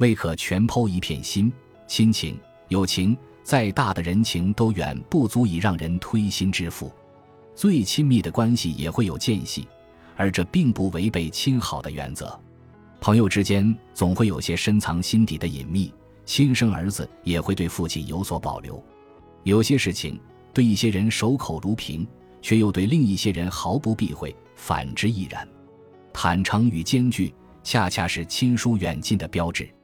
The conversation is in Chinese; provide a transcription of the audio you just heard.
未可全剖一片心。亲情、友情，再大的人情都远不足以让人推心置腹。最亲密的关系也会有间隙，而这并不违背亲好的原则。朋友之间总会有些深藏心底的隐秘，亲生儿子也会对父亲有所保留。有些事情对一些人守口如瓶，却又对另一些人毫不避讳，反之亦然。坦诚与艰巨恰恰是亲疏远近的标志。